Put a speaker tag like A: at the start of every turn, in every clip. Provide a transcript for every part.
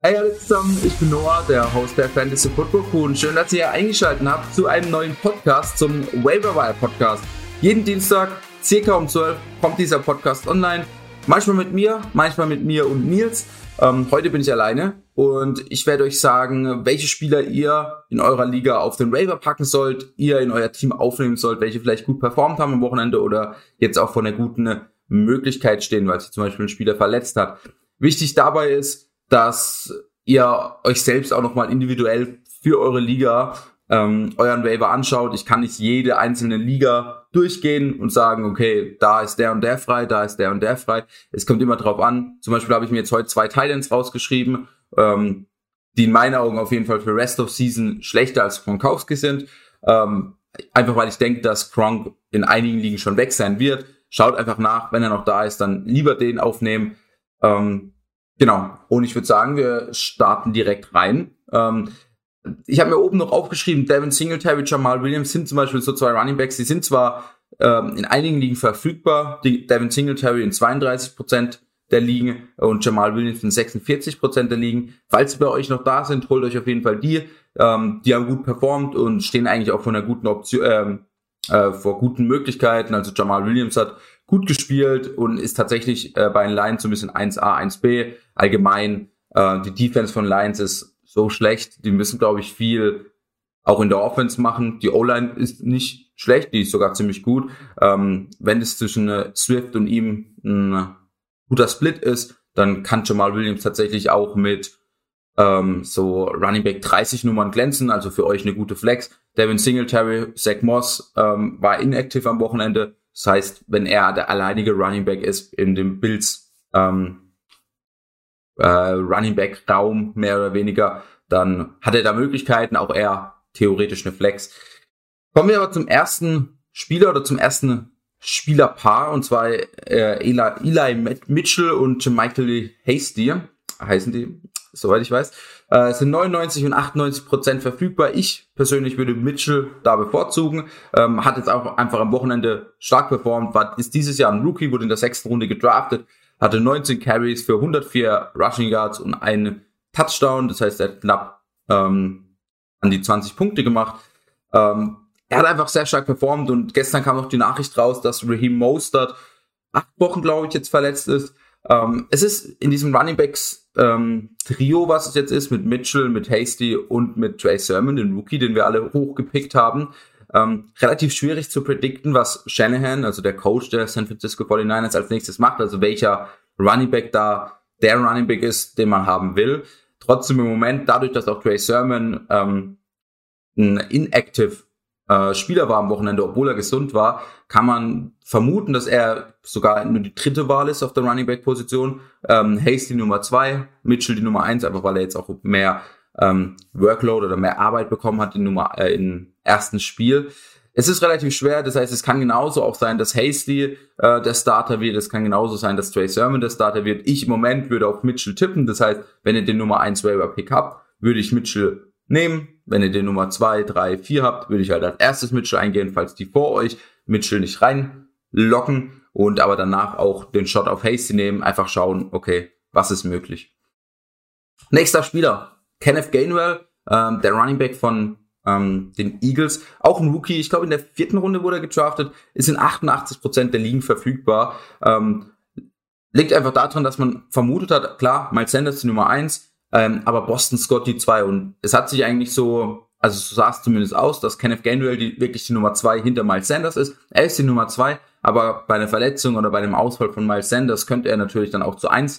A: Hey alle zusammen, ich bin Noah, der Host der Fantasy Football Crew und schön, dass ihr hier eingeschaltet habt zu einem neuen Podcast, zum Waiver Wire Podcast. Jeden Dienstag, circa um 12 kommt dieser Podcast online. Manchmal mit mir und Nils. Heute bin ich alleine und ich werde euch sagen, welche Spieler ihr in eurer Liga auf den Waiver packen sollt, ihr in euer Team aufnehmen sollt, welche vielleicht gut performt haben am Wochenende oder jetzt auch vor einer guten Möglichkeit stehen, weil sich zum Beispiel ein Spieler verletzt hat. Wichtig dabei ist, dass ihr euch selbst auch nochmal individuell für eure Liga euren Waiver anschaut. Ich kann nicht jede einzelne Liga durchgehen und sagen, okay, da ist der und der frei, da ist der und der frei. Es kommt immer drauf an. Zum Beispiel habe ich mir jetzt heute 2 Titans rausgeschrieben, die in meinen Augen auf jeden Fall für Rest of Season schlechter als Gronkowski sind. Einfach weil ich denke, dass Gronk in einigen Ligen schon weg sein wird. Schaut einfach nach, wenn er noch da ist, dann lieber den aufnehmen. Genau, und ich würde sagen, wir starten direkt rein. Ich habe mir oben noch aufgeschrieben, Devin Singletary, Jamal Williams sind zum Beispiel so 2 Runningbacks, die sind zwar in einigen Ligen verfügbar, Devin Singletary in 32% der Ligen und Jamal Williams in 46% der Ligen. Falls sie bei euch noch da sind, holt euch auf jeden Fall die haben gut performt und stehen eigentlich auch vor einer guten Option, vor guten Möglichkeiten. Also Jamal Williams hat gut gespielt und ist tatsächlich bei den Lions so ein bisschen 1A, 1B. Allgemein, die Defense von Lions ist so schlecht. Die müssen, glaube ich, viel auch in der Offense machen. Die O-Line ist nicht schlecht, die ist sogar ziemlich gut. Wenn es zwischen Swift und ihm ein guter Split ist, dann kann Jamal Williams tatsächlich auch mit so Running Back 30 Nummern glänzen, also für euch eine gute Flex. Devin Singletary, Zach Moss war inactive am Wochenende. Das heißt, wenn er der alleinige Running Back ist in dem Bills Running Back Raum, mehr oder weniger, dann hat er da Möglichkeiten, auch er theoretisch eine Flex. Kommen wir aber zum ersten Spieler oder zum ersten Spielerpaar, und zwar Eli Mitchell und Michael Hasty, heißen die, soweit ich weiß. Sind 99 und 98% verfügbar. Ich persönlich würde Mitchell da bevorzugen. Hat jetzt auch einfach am Wochenende stark performt, ist dieses Jahr ein Rookie, wurde in der 6. Runde gedraftet, hatte 19 Carries für 104 Rushing Yards und einen Touchdown. Das heißt, er hat knapp an die 20 Punkte gemacht. Er hat einfach sehr stark performt und gestern kam noch die Nachricht raus, dass Raheem Mostert 8 Wochen, glaube ich, jetzt verletzt ist. Es ist in diesem Running Backs Trio, was es jetzt ist, mit Mitchell, mit Hasty und mit Trey Sermon, den Rookie, den wir alle hochgepickt haben, relativ schwierig zu predikten, was Shanahan, also der Coach der San Francisco 49ers, als nächstes macht, also welcher Running Back da der Running Back ist, den man haben will. Trotzdem im Moment, dadurch, dass auch Trey Sermon ein inactive Spieler war am Wochenende, obwohl er gesund war, kann man vermuten, dass er sogar nur die 3. Wahl ist auf der Running Back Position. Hasty Nummer 2, Mitchell die Nummer 1, einfach weil er jetzt auch mehr Workload oder mehr Arbeit bekommen hat im ersten Spiel. Es ist relativ schwer, das heißt, es kann genauso auch sein, dass Hasty der Starter wird, es kann genauso sein, dass Trey Sermon der Starter wird. Ich im Moment würde auf Mitchell tippen, das heißt, wenn ihr den Nummer 1 Waiver Pick habt, würde ich Mitchell nehmen. Wenn ihr den Nummer 2, 3, 4 habt, würde ich halt als erstes Mitchell eingehen, falls die vor euch Mitchell nicht reinlocken und aber danach auch den Shot auf Hasty nehmen, einfach schauen, okay, was ist möglich. Nächster Spieler, Kenneth Gainwell, der Running Back von den Eagles, auch ein Rookie, ich glaube in der 4. Runde wurde er gedraftet, ist in 88% der Ligen verfügbar. Liegt einfach daran, dass man vermutet hat, klar, Miles Sanders die Nummer 1, aber Boston Scott die 2 und es hat sich eigentlich so, also so sah es zumindest aus, dass Kenneth Gainwell wirklich die Nummer 2 hinter Miles Sanders ist. Er ist die Nummer 2, aber bei einer Verletzung oder bei dem Ausfall von Miles Sanders könnte er natürlich dann auch zu 1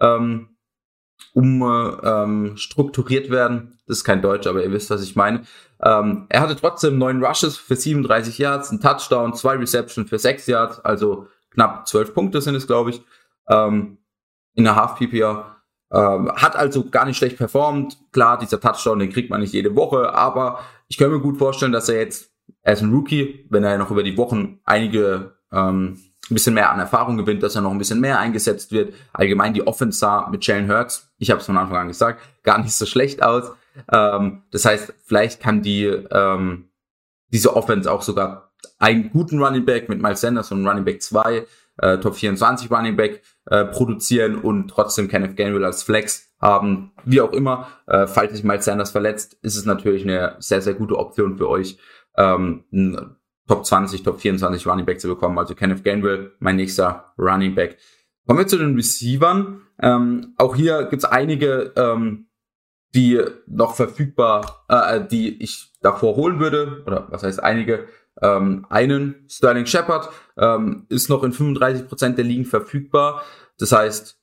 A: strukturiert werden. Das ist kein Deutsch, aber ihr wisst, was ich meine. Er hatte trotzdem 9 Rushes für 37 Yards, einen Touchdown, 2 Receptions für 6 Yards, also knapp 12 Punkte sind es, glaube ich, in der Half-PPR. Hat also gar nicht schlecht performt. Klar, dieser Touchdown, den kriegt man nicht jede Woche, aber ich kann mir gut vorstellen, dass er ist ein Rookie, wenn er noch über die Wochen einige ein bisschen mehr an Erfahrung gewinnt, dass er noch ein bisschen mehr eingesetzt wird. Allgemein die Offense sah mit Jalen Hurts, ich habe es von Anfang an gesagt, gar nicht so schlecht aus. Das heißt, vielleicht kann diese Offense auch sogar einen guten Running Back mit Miles Sanders und Running Back 2 Top 24 Running Back produzieren und trotzdem Kenneth Gainwell als Flex haben. Wie auch immer, falls sich Miles Sanders verletzt, ist es natürlich eine sehr, sehr gute Option für euch, einen Top 20, Top 24 Running Back zu bekommen. Also Kenneth Gainwell, mein nächster Running Back. Kommen wir zu den Receivern. Auch hier gibt's einige, die noch verfügbar, die ich davor holen würde. Oder was heißt einige? Einen Sterling Shepard ist noch in 35% der Ligen verfügbar. Das heißt,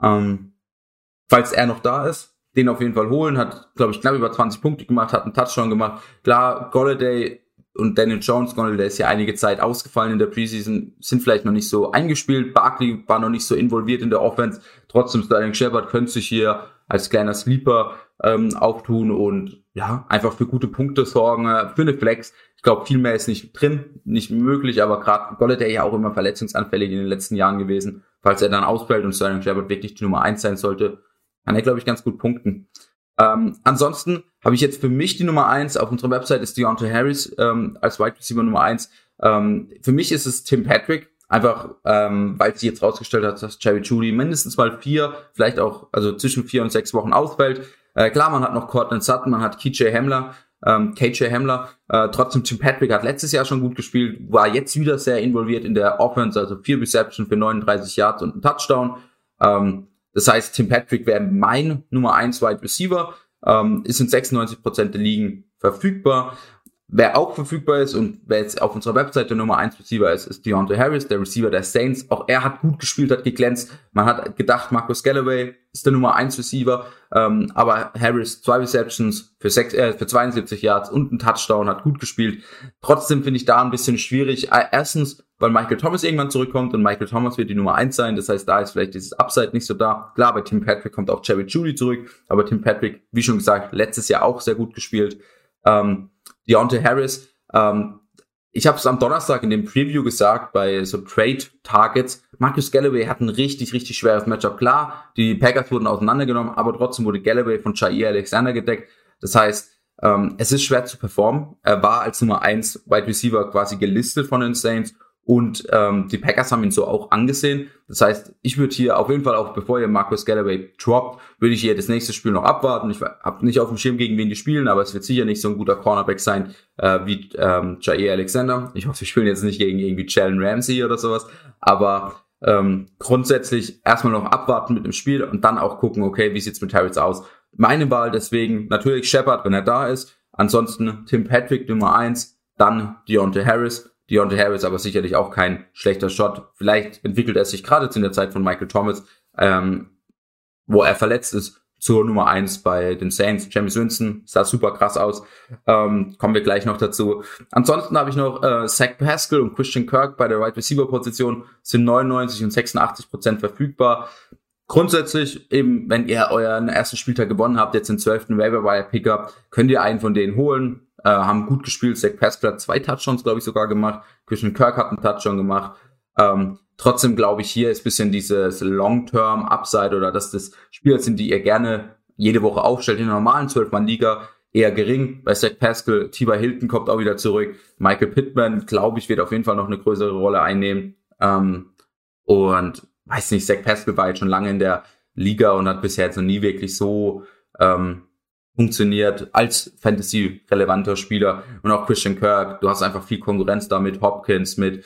A: falls er noch da ist, den auf jeden Fall holen. Hat, glaube ich, knapp über 20 Punkte gemacht, hat einen Touchdown gemacht. Klar, Golladay und Daniel Jones, Golladay ist ja einige Zeit ausgefallen in der Preseason, sind vielleicht noch nicht so eingespielt. Barkley war noch nicht so involviert in der Offense. Trotzdem, Sterling Shepard könnte sich hier als kleiner Sleeper auftun und ja, einfach für gute Punkte sorgen, für eine Flex. Ich glaube, viel mehr ist nicht drin, nicht möglich, aber gerade Golladay ja auch immer verletzungsanfällig in den letzten Jahren gewesen. Falls er dann ausfällt und Sterling Shepard wirklich die Nummer 1 sein sollte, kann er, glaube ich, ganz gut punkten. Ansonsten habe ich jetzt für mich die Nummer 1 auf unserer Website ist Deontay Harris als Wide Receiver Nummer 1. Für mich ist es Tim Patrick, einfach weil sich jetzt rausgestellt hat, dass Jerry Jeudy mindestens mal 4, vielleicht auch also zwischen 4 und 6 Wochen ausfällt. Klar, man hat noch Cortland Sutton, man hat KJ Hamler. Trotzdem Tim Patrick hat letztes Jahr schon gut gespielt, war jetzt wieder sehr involviert in der Offense, also 4 Reception für 39 Yards und ein Touchdown. Das heißt, Tim Patrick wäre mein Nummer 1 Wide Receiver, ist in 96% der Ligen verfügbar. Wer auch verfügbar ist und wer jetzt auf unserer Webseite der Nummer 1 Receiver ist Deontay Harris, der Receiver der Saints. Auch er hat gut gespielt, hat geglänzt. Man hat gedacht, Marcus Galloway ist der Nummer 1 Receiver, aber Harris 2 Receptions für 72 Yards und ein Touchdown, hat gut gespielt. Trotzdem finde ich da ein bisschen schwierig. Erstens, weil Michael Thomas irgendwann zurückkommt und Michael Thomas wird die Nummer 1 sein. Das heißt, da ist vielleicht dieses Upside nicht so da. Klar, bei Tim Patrick kommt auch Jerry Jeudy zurück, aber Tim Patrick, wie schon gesagt, letztes Jahr auch sehr gut gespielt. Deontay Harris, ich habe es am Donnerstag in dem Preview gesagt, bei so Trade-Targets, Marcus Galloway hat ein richtig, richtig schweres Matchup. Klar, die Packers wurden auseinandergenommen, aber trotzdem wurde Galloway von Jair Alexander gedeckt. Das heißt, es ist schwer zu performen. Er war als Nummer 1 Wide Receiver quasi gelistet von den Saints und die Packers haben ihn so auch angesehen. Das heißt, ich würde hier auf jeden Fall auch, bevor ihr Marcus Galloway droppt, würde ich hier das nächste Spiel noch abwarten. Ich habe nicht auf dem Schirm, gegen wen die spielen, aber es wird sicher nicht so ein guter Cornerback sein wie Jair Alexander. Ich hoffe, wir spielen jetzt nicht gegen irgendwie Jalen Ramsey oder sowas, aber grundsätzlich erstmal noch abwarten mit dem Spiel und dann auch gucken, okay, wie sieht's mit Harris aus. Meine Wahl deswegen natürlich Shepard, wenn er da ist. Ansonsten Tim Patrick Nummer 1, dann Deontay Harris. Deontay Harris aber sicherlich auch kein schlechter Shot. Vielleicht entwickelt er sich gerade in der Zeit von Michael Thomas, wo er verletzt ist, zur Nummer 1 bei den Saints. Jameis Winston sah super krass aus. Kommen wir gleich noch dazu. Ansonsten habe ich noch Zach Pascal und Christian Kirk bei der Wide Receiver Position, sind 99 und 86% verfügbar. Grundsätzlich eben, wenn ihr euren ersten Spieltag gewonnen habt, jetzt den 12. Waiver Wire Pickup, könnt ihr einen von denen holen. Haben gut gespielt. Zach Pascal hat 2 Touchdowns, glaube ich, sogar gemacht. Christian Kirk hat einen Touchdown gemacht. Trotzdem glaube ich, hier ist ein bisschen dieses Long-Term-Upside oder dass das Spieler sind, die ihr gerne jede Woche aufstellt. In der normalen 12-Mann-Liga eher gering. Bei Zach Pascal, T.Y. Hilton kommt auch wieder zurück. Michael Pittman, glaube ich, wird auf jeden Fall noch eine größere Rolle einnehmen. Und weiß nicht, Zach Pascal war jetzt schon lange in der Liga und hat bisher jetzt noch nie wirklich so funktioniert als Fantasy-relevanter Spieler. Und auch Christian Kirk, du hast einfach viel Konkurrenz da mit Hopkins, mit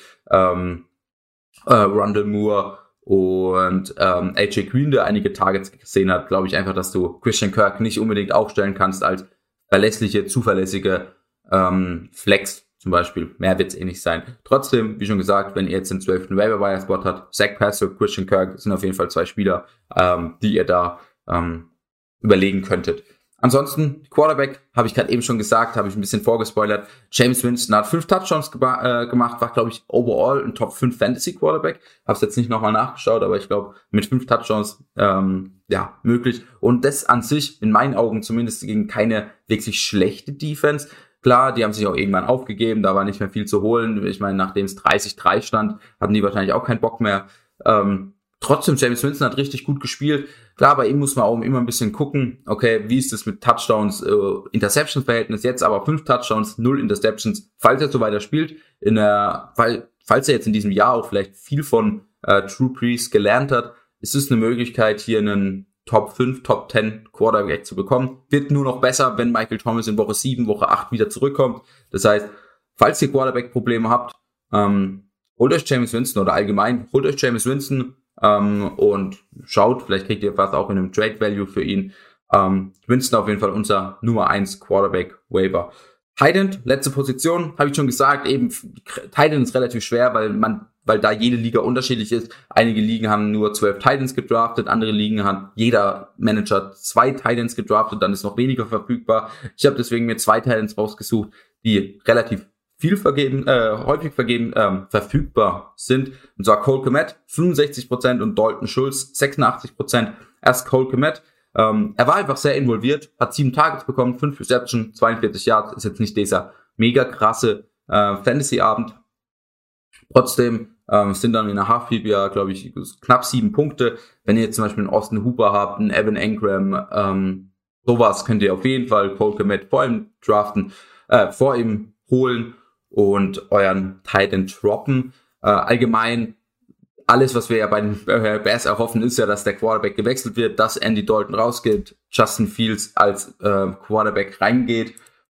A: Rondale Moore und AJ Green, der einige Targets gesehen hat. Glaube ich einfach, dass du Christian Kirk nicht unbedingt aufstellen kannst als verlässliche, zuverlässige Flex zum Beispiel. Mehr wird es nicht sein. Trotzdem, wie schon gesagt, wenn ihr jetzt den 12. Waiver-Wire-Spot habt, Zach Pascal, Christian Kirk sind auf jeden Fall 2 Spieler, die ihr da überlegen könntet. Ansonsten, Quarterback, habe ich gerade eben schon gesagt, habe ich ein bisschen vorgespoilert. Jameis Winston hat 5 Touchdowns gemacht, war, glaube ich, overall ein Top 5 Fantasy Quarterback. Habe es jetzt nicht nochmal nachgeschaut, aber ich glaube, mit 5 Touchdowns, möglich. Und das an sich, in meinen Augen zumindest, gegen keine wirklich schlechte Defense. Klar, die haben sich auch irgendwann aufgegeben, da war nicht mehr viel zu holen. Ich meine, nachdem es 30-3 stand, hatten die wahrscheinlich auch keinen Bock mehr. Trotzdem, Jameis Winston hat richtig gut gespielt. Klar, bei ihm muss man auch immer ein bisschen gucken, okay, wie ist das mit Touchdowns, Interceptions-Verhältnis jetzt, aber 5 Touchdowns, 0 Interceptions, falls er so weiter spielt, falls er jetzt in diesem Jahr auch vielleicht viel von Drew Brees gelernt hat, ist es eine Möglichkeit, hier einen Top 5, Top 10 Quarterback zu bekommen. Wird nur noch besser, wenn Michael Thomas in Woche 7, Woche 8 wieder zurückkommt. Das heißt, falls ihr Quarterback-Probleme habt, holt euch Jameis Winston oder allgemein, holt euch Jameis Winston und schaut, vielleicht kriegt ihr was auch in einem Trade-Value für ihn. Winston auf jeden Fall unser Nummer 1 Quarterback-Waiver. Tight End, letzte Position, habe ich schon gesagt, eben Tight End ist relativ schwer, weil da jede Liga unterschiedlich ist. Einige Ligen haben nur 12 Tight Ends gedraftet, andere Ligen hat jeder Manager 2 Tight Ends gedraftet, dann ist noch weniger verfügbar. Ich habe deswegen mir 2 Tight Ends rausgesucht, die relativ häufig verfügbar sind. Und zwar Cole Kmet, 65% und Dalton Schultz, 86%. Erst Cole Kmet. Er war einfach sehr involviert, hat 7 Targets bekommen, 5 Receptions, 42 Yards, ist jetzt nicht dieser mega krasse Fantasy-Abend. Trotzdem sind dann in der Half-PPR, glaube ich, knapp 7 Punkte. Wenn ihr jetzt zum Beispiel einen Austin Hooper habt, einen Evan Engram, sowas könnt ihr auf jeden Fall Cole Kmet vor ihm holen und euren Tight End droppen. Allgemein, alles, was wir ja bei den Bears erhoffen, ist ja, dass der Quarterback gewechselt wird, dass Andy Dalton rausgeht, Justin Fields als Quarterback reingeht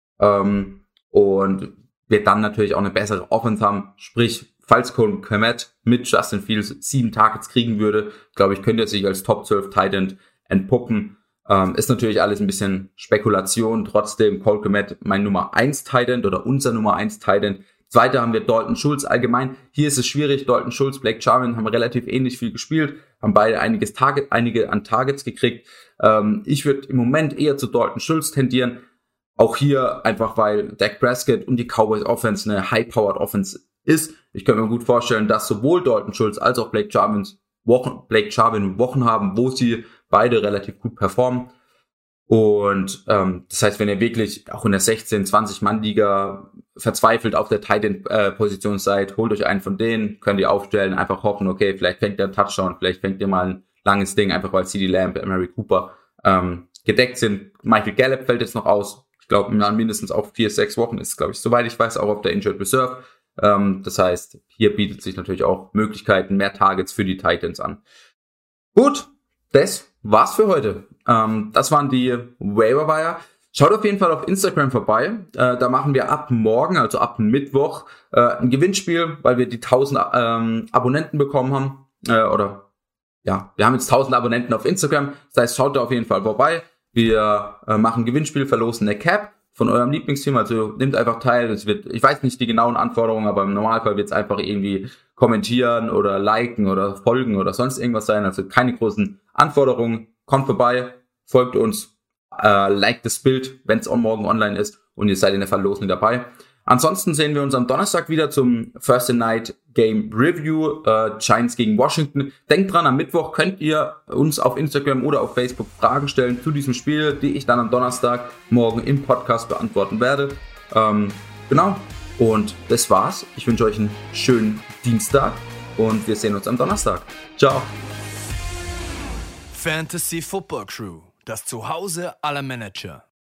A: und wir dann natürlich auch eine bessere Offense haben. Sprich, falls Cole Kmet mit Justin Fields 7 Targets kriegen würde, glaube ich, könnte er sich als Top 12 Tight End entpuppen. Ist natürlich alles ein bisschen Spekulation. Trotzdem Cole Kmet mein Nummer 1 Tight End oder unser Nummer 1 Tight End. Zweiter haben wir Dalton Schultz allgemein. Hier ist es schwierig. Dalton Schultz, Blake Jarwin haben relativ ähnlich viel gespielt, haben beide einige an Targets gekriegt. Ich würde im Moment eher zu Dalton Schultz tendieren. Auch hier einfach, weil Dak Prescott und die Cowboys Offense eine High-Powered Offense ist. Ich könnte mir gut vorstellen, dass sowohl Dalton Schultz als auch Blake Jarwin Wochen haben, wo sie beide relativ gut performen. Und das heißt, wenn ihr wirklich auch in der 16-20-Mann-Liga verzweifelt auf der Tight End-Position seid, holt euch einen von denen, könnt ihr aufstellen, einfach hoffen, okay, vielleicht fängt der einen Touchdown, vielleicht fängt ihr mal ein langes Ding, einfach weil CeeDee Lamb, Mary Cooper gedeckt sind. Michael Gallup fällt jetzt noch aus. Ich glaube, mindestens auf 4-6 Wochen ist, glaube ich, soweit ich weiß, auch auf der Injured Reserve. Das heißt, hier bietet sich natürlich auch Möglichkeiten, mehr Targets für die Titans an. Gut, das war's für heute. Das waren die Waiver Wire. Schaut auf jeden Fall auf Instagram vorbei. Da machen wir ab morgen, also ab Mittwoch, ein Gewinnspiel, weil wir die 1000 Abonnenten bekommen haben. Wir haben jetzt 1000 Abonnenten auf Instagram. Das heißt, schaut da auf jeden Fall vorbei. Wir machen ein Gewinnspiel, verlosen eine Cap von eurem Lieblingsteam, also nehmt einfach teil. Ich weiß nicht die genauen Anforderungen, aber im Normalfall wird es einfach irgendwie kommentieren oder liken oder folgen oder sonst irgendwas sein. Also keine großen Anforderungen. Kommt vorbei, folgt uns, liked das Bild, wenn es morgen online ist und ihr seid in der Verlosung dabei. Ansonsten sehen wir uns am Donnerstag wieder zum Thursday Night Game Review, Giants gegen Washington. Denkt dran, am Mittwoch könnt ihr uns auf Instagram oder auf Facebook Fragen stellen zu diesem Spiel, die ich dann am Donnerstag morgen im Podcast beantworten werde. Genau, und das war's. Ich wünsche euch einen schönen Dienstag und wir sehen uns am Donnerstag. Ciao.
B: Fantasy Football Crew, das Zuhause aller Manager.